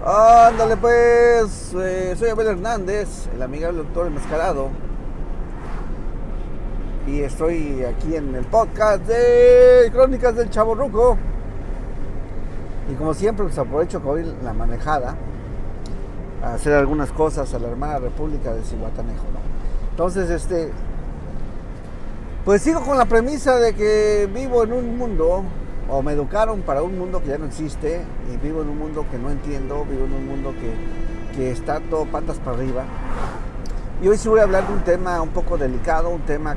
Ándale pues, soy Abel Hernández, el amigable doctor Enmascarado. Y estoy aquí en el podcast de Crónicas del Chavorruco. Y como siempre, pues aprovecho que hoy la manejada a hacer algunas cosas a la hermana República de Zihuatanejo, ¿no? Entonces, pues sigo con la premisa de que vivo en un mundo, o me educaron para un mundo que ya no existe, y vivo en un mundo que no entiendo, vivo en un mundo que está todo patas para arriba. Y hoy sí voy a hablar de un tema un poco delicado, un tema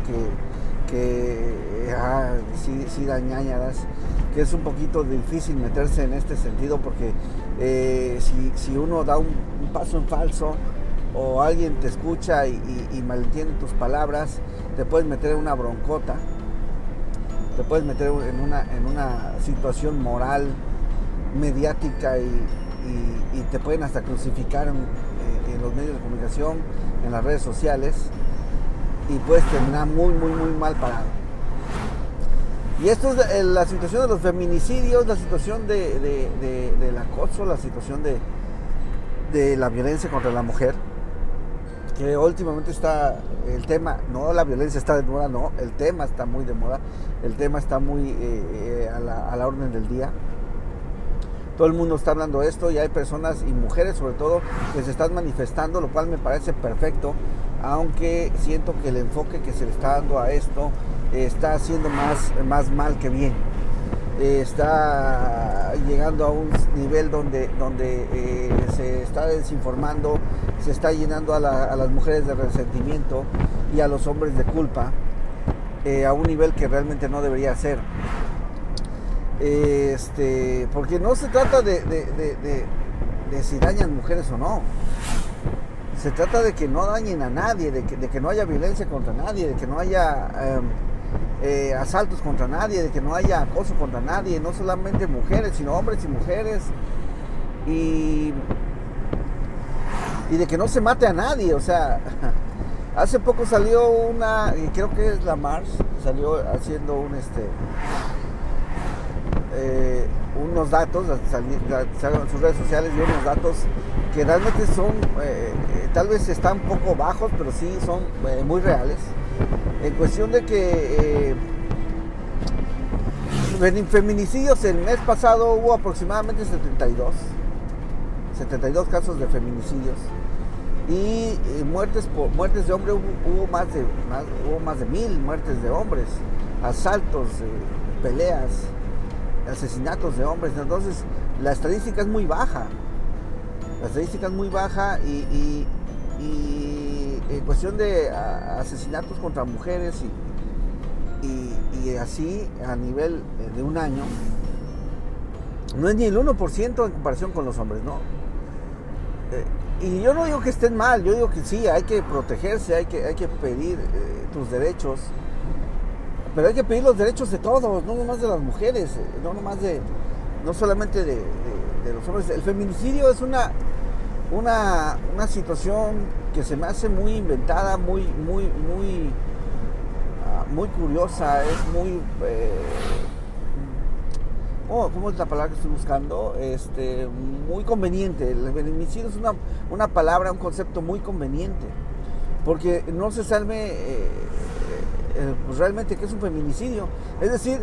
sí da ñañaras, que es un poquito difícil meterse en este sentido, porque si uno da un paso en falso, o alguien te escucha y malentiende tus palabras, te puedes meter en una broncota, te puedes meter en una situación moral, mediática, y te pueden hasta crucificar en los medios de comunicación, en las redes sociales, y puedes terminar muy mal parado. Y esto es la situación de los feminicidios, la situación del acoso, la situación de la violencia contra la mujer, que últimamente está el tema, no la violencia está de moda, no, el tema está muy de moda, el tema está muy a la orden del día. Todo el mundo está hablando de esto, y hay personas y mujeres sobre todo que se están manifestando, lo cual me parece perfecto, aunque siento que el enfoque que se le está dando a esto está haciendo más mal que bien. Está llegando a un nivel donde se está desinformando, se está llenando a las mujeres de resentimiento y a los hombres de culpa, a un nivel que realmente no debería ser. Porque no se trata de si dañan mujeres o no. Se trata de que no dañen a nadie, de que no haya violencia contra nadie, de que no haya asaltos contra nadie, de que no haya acoso contra nadie, no solamente mujeres, sino hombres y mujeres, y de que no se mate a nadie. O sea, hace poco salió creo que es la Mars, salió haciendo unos datos, salieron en sus redes sociales, y unos datos que realmente son, tal vez están un poco bajos, pero sí son muy reales, en cuestión de que en feminicidios el mes pasado hubo aproximadamente 72 casos de feminicidios, y muertes de hombre hubo más de 1000 muertes de hombres, asaltos, peleas, asesinatos de hombres. Entonces la estadística es muy baja, y en cuestión de asesinatos contra mujeres y así a nivel de un año, no es ni el 1% en comparación con los hombres, ¿no? Y yo no digo que estén mal, yo digo que sí, hay que protegerse, hay que pedir tus derechos, pero hay que pedir los derechos de todos, no nomás de las mujeres, no solamente de los hombres. El feminicidio es una situación que se me hace muy inventada, muy curiosa, es muy ¿cómo es la palabra que estoy buscando? Muy conveniente. El feminicidio es una palabra, un concepto muy conveniente, porque no se sabe pues realmente qué es un feminicidio. Es decir,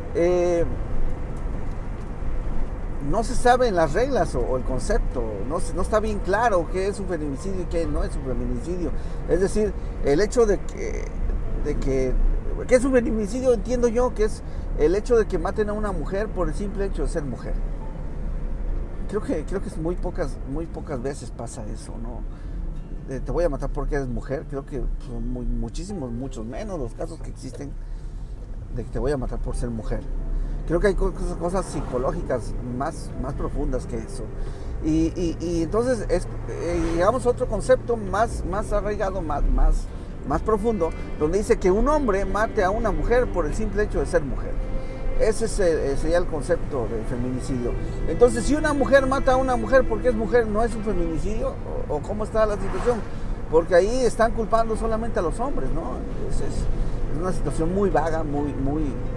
no se saben las reglas o el concepto, no está bien claro qué es un feminicidio y qué no es un feminicidio. Es decir, el hecho de que es un feminicidio, entiendo yo que es el hecho de que maten a una mujer por el simple hecho de ser mujer. Creo que muy pocas veces pasa eso, ¿no? Te voy a matar porque eres mujer. Creo que son muchos menos los casos que existen de que te voy a matar por ser mujer. Creo que hay cosas psicológicas más profundas que eso. Y entonces llegamos a otro concepto más arraigado, más profundo, donde dice que un hombre mate a una mujer por el simple hecho de ser mujer. Ese sería el concepto del feminicidio. Entonces, si una mujer mata a una mujer porque es mujer, ¿no es un feminicidio? ¿O cómo está la situación? Porque ahí están culpando solamente a los hombres, ¿no? Es una situación muy vaga, muy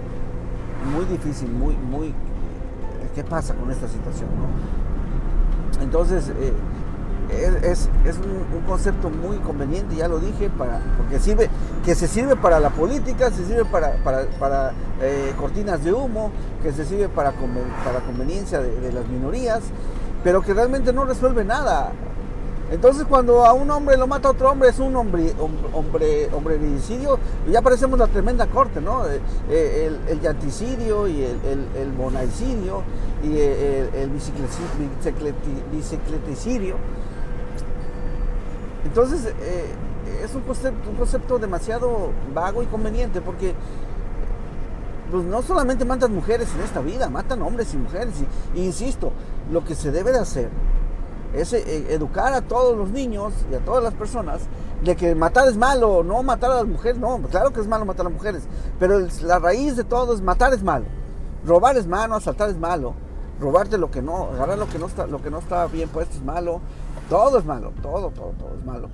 difícil, ¿qué pasa con esta situación, no? Entonces, es un concepto muy conveniente, ya lo dije, porque se sirve para la política, se sirve para cortinas de humo, que se sirve para conveniencia de las minorías, pero que realmente no resuelve nada. Entonces, cuando a un hombre lo mata otro hombre, es un hombrecidio, ya parecemos la tremenda corte, ¿no? El yanticidio y el bonaicidio y el bicicleticidio. Entonces, es un concepto demasiado vago y conveniente, porque pues, no solamente matan mujeres en esta vida, matan hombres y mujeres. Y insisto, lo que se debe de hacer es educar a todos los niños y a todas las personas de que matar es malo, no matar a las mujeres, no, claro que es malo matar a las mujeres, pero la raíz de todo es matar es malo, robar es malo, asaltar es malo, robarte lo que no, agarrar lo que no está bien puesto es malo, todo es malo, todo es malo.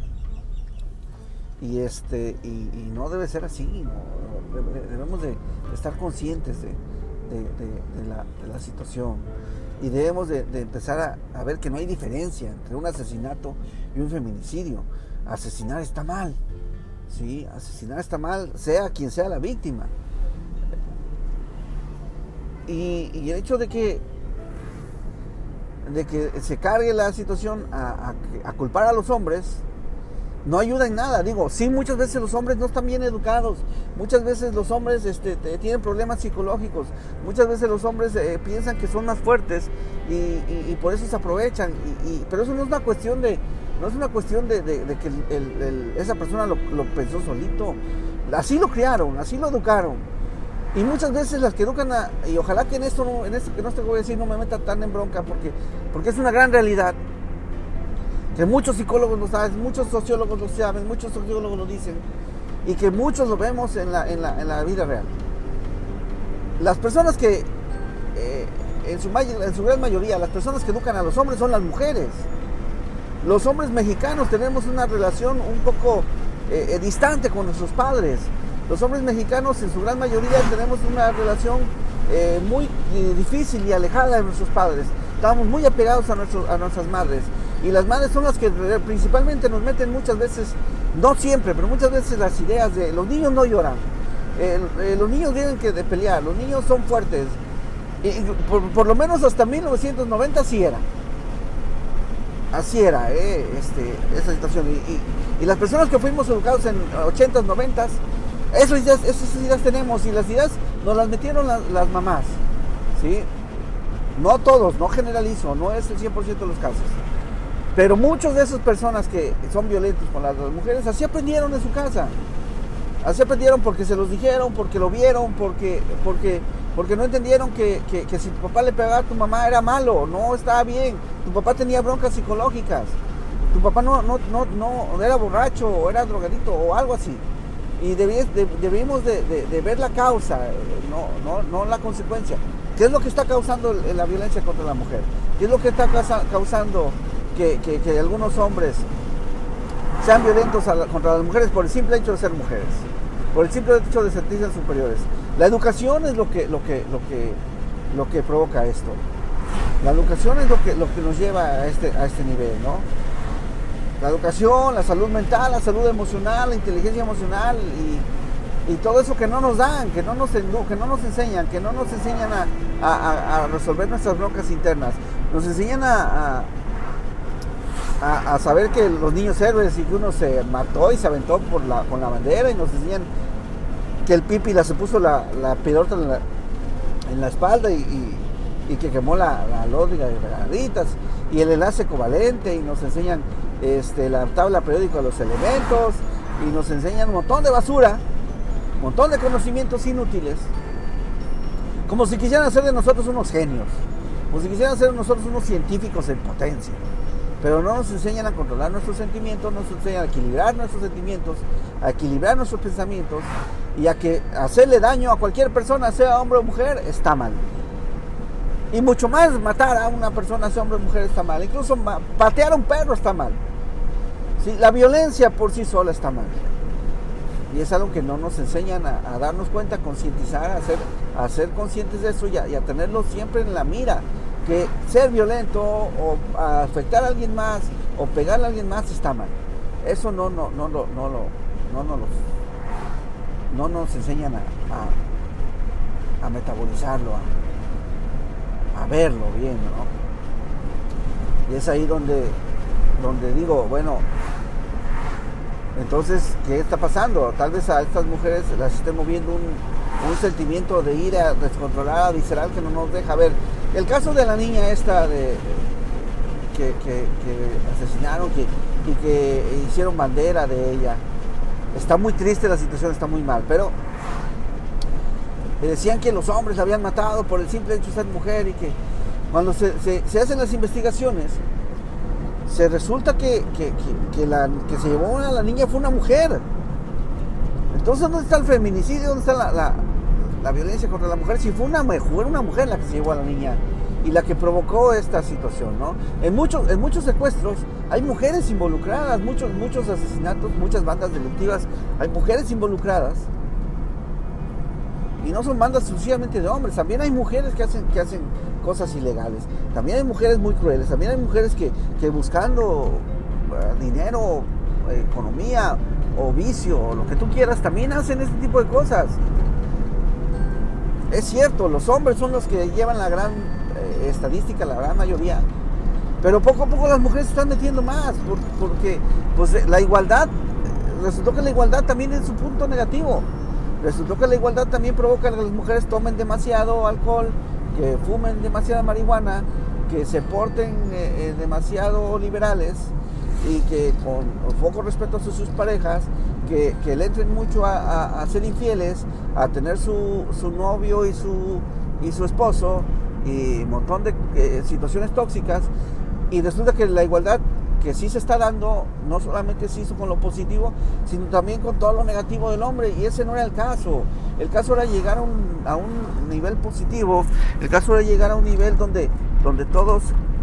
Y no debe ser así, ¿no? Debemos de estar conscientes de la situación. Y debemos de empezar a ver que no hay diferencia entre un asesinato y un feminicidio. Asesinar está mal, ¿sí? Asesinar está mal, sea quien sea la víctima. Y el hecho de que se cargue la situación a culpar a los hombres no ayuda en nada. Digo, sí, muchas veces los hombres no están bien educados, muchas veces los hombres tienen problemas psicológicos, muchas veces los hombres piensan que son más fuertes y por eso se aprovechan, pero eso no es una cuestión de que esa persona lo pensó solito. Así lo criaron, así lo educaron. Y muchas veces las que educan y ojalá que en esto que no te voy a decir no me meta tan en bronca, porque es una gran realidad, que muchos psicólogos lo saben, muchos sociólogos lo saben, muchos sociólogos lo dicen, y que muchos lo vemos en la vida real. Las personas que, en su gran mayoría, las personas que educan a los hombres son las mujeres. Los hombres mexicanos tenemos una relación un poco distante con nuestros padres. Los hombres mexicanos en su gran mayoría tenemos una relación muy difícil y alejada de nuestros padres. Estamos muy apegados a nuestras madres. Y las madres son las que principalmente nos meten muchas veces, no siempre, pero muchas veces las ideas de los niños no lloran. Los niños tienen que pelear, los niños son fuertes. Y por lo menos hasta 1990 así era. Así era esa situación. Y las personas que fuimos educados en 80s, 90s, esas ideas tenemos, y las ideas nos las metieron las mamás, ¿sí? No todos, no generalizo, no es el 100% de los casos, pero muchas de esas personas que son violentos con las mujeres, así aprendieron en su casa, así aprendieron porque se los dijeron, porque lo vieron, porque no entendieron que si tu papá le pegaba a tu mamá era malo, no estaba bien, tu papá tenía broncas psicológicas, tu papá no era borracho o era drogadito o algo así. Y debimos de ver la causa, no la consecuencia. ¿Qué es lo que está causando la violencia contra la mujer? ¿Qué es lo que está causando que algunos hombres sean violentos contra las mujeres por el simple hecho de ser mujeres? Por el simple hecho de sentirse superiores. La educación es lo que provoca esto. La educación es lo que nos lleva a este nivel, ¿no? La educación, la salud mental, la salud emocional, la inteligencia emocional y todo eso que no nos dan, que no nos enseñan, a resolver nuestras broncas internas. Nos enseñan a saber que los niños héroes y que uno se mató y se aventó con la bandera, y nos enseñan que el Pípila se puso la pelota en la espalda y que quemó la lóndiga de granaditas, y el enlace covalente, y nos enseñan la tabla periódica de los elementos, y nos enseñan un montón de basura, un montón de conocimientos inútiles, como si quisieran hacer de nosotros unos genios, como si quisieran hacer de nosotros unos científicos en potencia. Pero no nos enseñan a controlar nuestros sentimientos, no nos enseñan a equilibrar nuestros sentimientos, a equilibrar nuestros pensamientos, y a que hacerle daño a cualquier persona, sea hombre o mujer, está mal. Y mucho más matar a una persona, sea hombre o mujer, está mal. Incluso patear a un perro está mal. ¿Sí? La violencia por sí sola está mal. Y es algo que no nos enseñan a darnos cuenta, a concientizar, a ser conscientes de eso, y a tenerlo siempre en la mira. que ser violento o afectar a alguien más o pegarle a alguien más está mal. Eso no nos enseñan a metabolizarlo, a verlo bien, ¿no? Y es ahí donde digo, bueno, entonces, ¿qué está pasando? Tal vez a estas mujeres las esté moviendo un sentimiento de ira descontrolada, visceral, que no nos deja ver. El caso de la niña esta que asesinaron y que hicieron bandera de ella, está muy triste la situación, está muy mal, pero decían que los hombres la habían matado por el simple hecho de ser mujer, y que cuando se hacen las investigaciones, se resulta que se llevó a la niña fue una mujer. Entonces, ¿dónde está el feminicidio? ¿Dónde está la violencia contra la mujer? Si fue una mujer la que se llevó a la niña y la que provocó esta situación, ¿no? En muchos secuestros hay mujeres involucradas, muchos asesinatos, muchas bandas delictivas, hay mujeres involucradas. Y no son bandas exclusivamente de hombres, también hay mujeres que hacen cosas ilegales, también hay mujeres muy crueles, también hay mujeres que buscando dinero, economía o vicio o lo que tú quieras, también hacen este tipo de cosas. Es cierto, los hombres son los que llevan la gran estadística, la gran mayoría, pero poco a poco las mujeres se están metiendo más, porque pues la igualdad, resultó que la igualdad también es su punto negativo. Resultó que la igualdad también provoca que las mujeres tomen demasiado alcohol, que fumen demasiada marihuana, que se porten demasiado liberales y que con poco respeto a sus parejas, que le entren mucho a ser infieles, a tener su novio y su esposo y un montón de situaciones tóxicas. Y resulta que la igualdad que sí se está dando, no solamente se hizo con lo positivo, sino también con todo lo negativo del hombre, y ese no era el caso. El caso era llegar a un nivel positivo, el caso era llegar a un nivel donde todos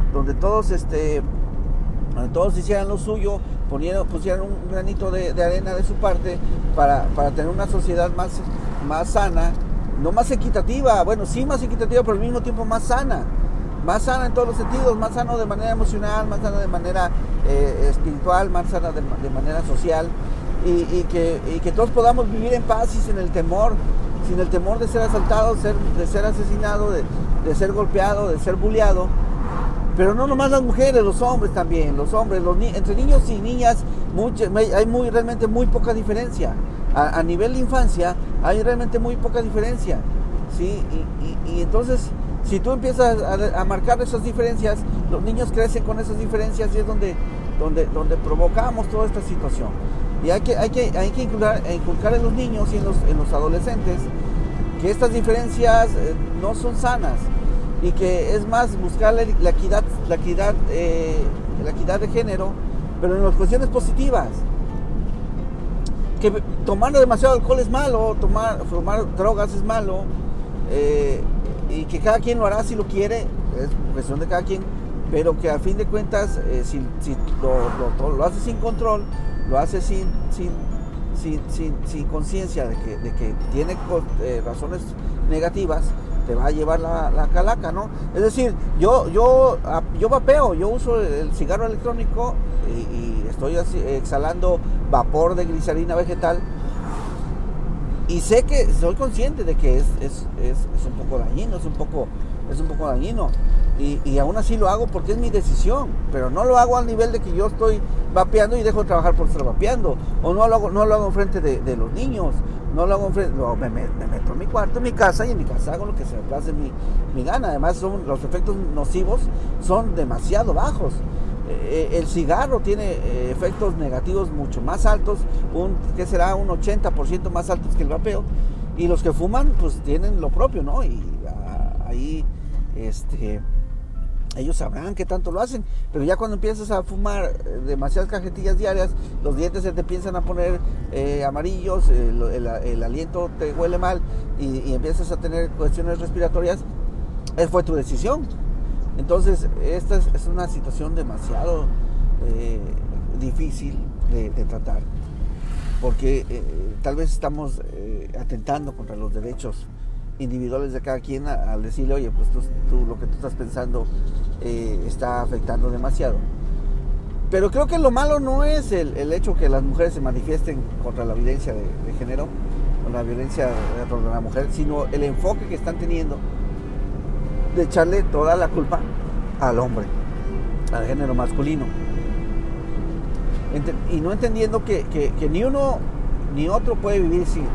hicieran lo suyo, pusieran un granito de arena de su parte para tener una sociedad más sana, no más equitativa, bueno, sí más equitativa, pero al mismo tiempo más sana en todos los sentidos, más sano de manera emocional, más sano de manera espiritual, más sana de manera social, y que todos podamos vivir en paz y sin el temor de ser asaltado, de ser asesinado, de ser golpeado, de ser bulleado. Pero no nomás las mujeres, los hombres también, entre niños y niñas hay realmente muy poca diferencia. A nivel de infancia hay realmente muy poca diferencia, ¿sí? Y entonces, si tú empiezas a marcar esas diferencias, los niños crecen con esas diferencias, y es donde provocamos toda esta situación. Y hay que inculcar en los niños y en los adolescentes que estas diferencias no son sanas, y que es más buscar la equidad de género, pero en las cuestiones positivas. Que tomar demasiado alcohol es malo, fumar drogas es malo, y que cada quien lo hará si lo quiere, es cuestión de cada quien, pero que a fin de cuentas, si lo hace sin control, lo hace sin conciencia de que tiene razones negativas, te va a llevar la calaca, ¿no? Es decir, yo vapeo, yo uso el cigarro electrónico y estoy así, exhalando vapor de glicerina vegetal, y sé que soy consciente de que es un poco dañino, es un poco dañino, y aún así lo hago porque es mi decisión, pero no lo hago al nivel de que yo estoy vapeando y dejo de trabajar por estar vapeando, o no lo hago enfrente de los niños, no lo hago enfrente, me meto en mi cuarto, en mi casa, y en mi casa hago lo que se me place mi gana. Además, los efectos nocivos son demasiado bajos. El cigarro tiene efectos negativos mucho más altos, que será un 80% más altos que el vapeo, y los que fuman pues tienen lo propio, ¿no? Y ahí ellos sabrán qué tanto lo hacen, pero ya cuando empiezas a fumar demasiadas cajetillas diarias, los dientes se te empiezan a poner amarillos, el aliento te huele mal, y empiezas a tener cuestiones respiratorias. Fue tu decisión. Entonces, esta es una situación demasiado difícil de tratar, porque tal vez estamos atentando contra los derechos individuales de cada quien al decirle, oye, pues tú lo que tú estás pensando está afectando demasiado. Pero creo que lo malo no es el hecho que las mujeres se manifiesten contra la violencia de género, o la violencia contra la mujer, sino el enfoque que están teniendo de echarle toda la culpa al hombre, al género masculino. Y no entendiendo que ni uno ni otro puede vivir sin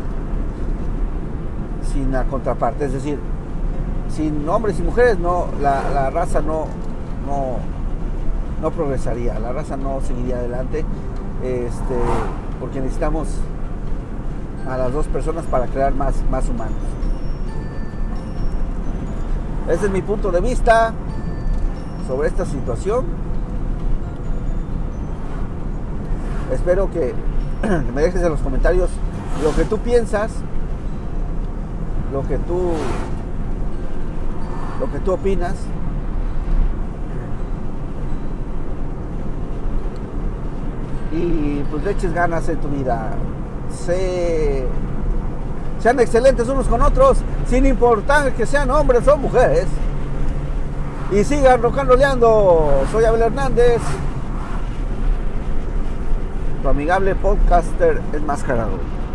la contraparte. Es decir, sin hombres y mujeres la raza no progresaría, la raza no seguiría adelante, porque necesitamos a las dos personas para crear más humanos. Ese es mi punto de vista sobre esta situación. Espero que me dejes en los comentarios lo que tú piensas, lo que tú opinas. Y pues le eches ganas en tu vida. Sean excelentes unos con otros, sin importar que sean hombres o mujeres. Y sigan rocanroleando. Soy Abel Hernández, tu amigable podcaster enmascarado.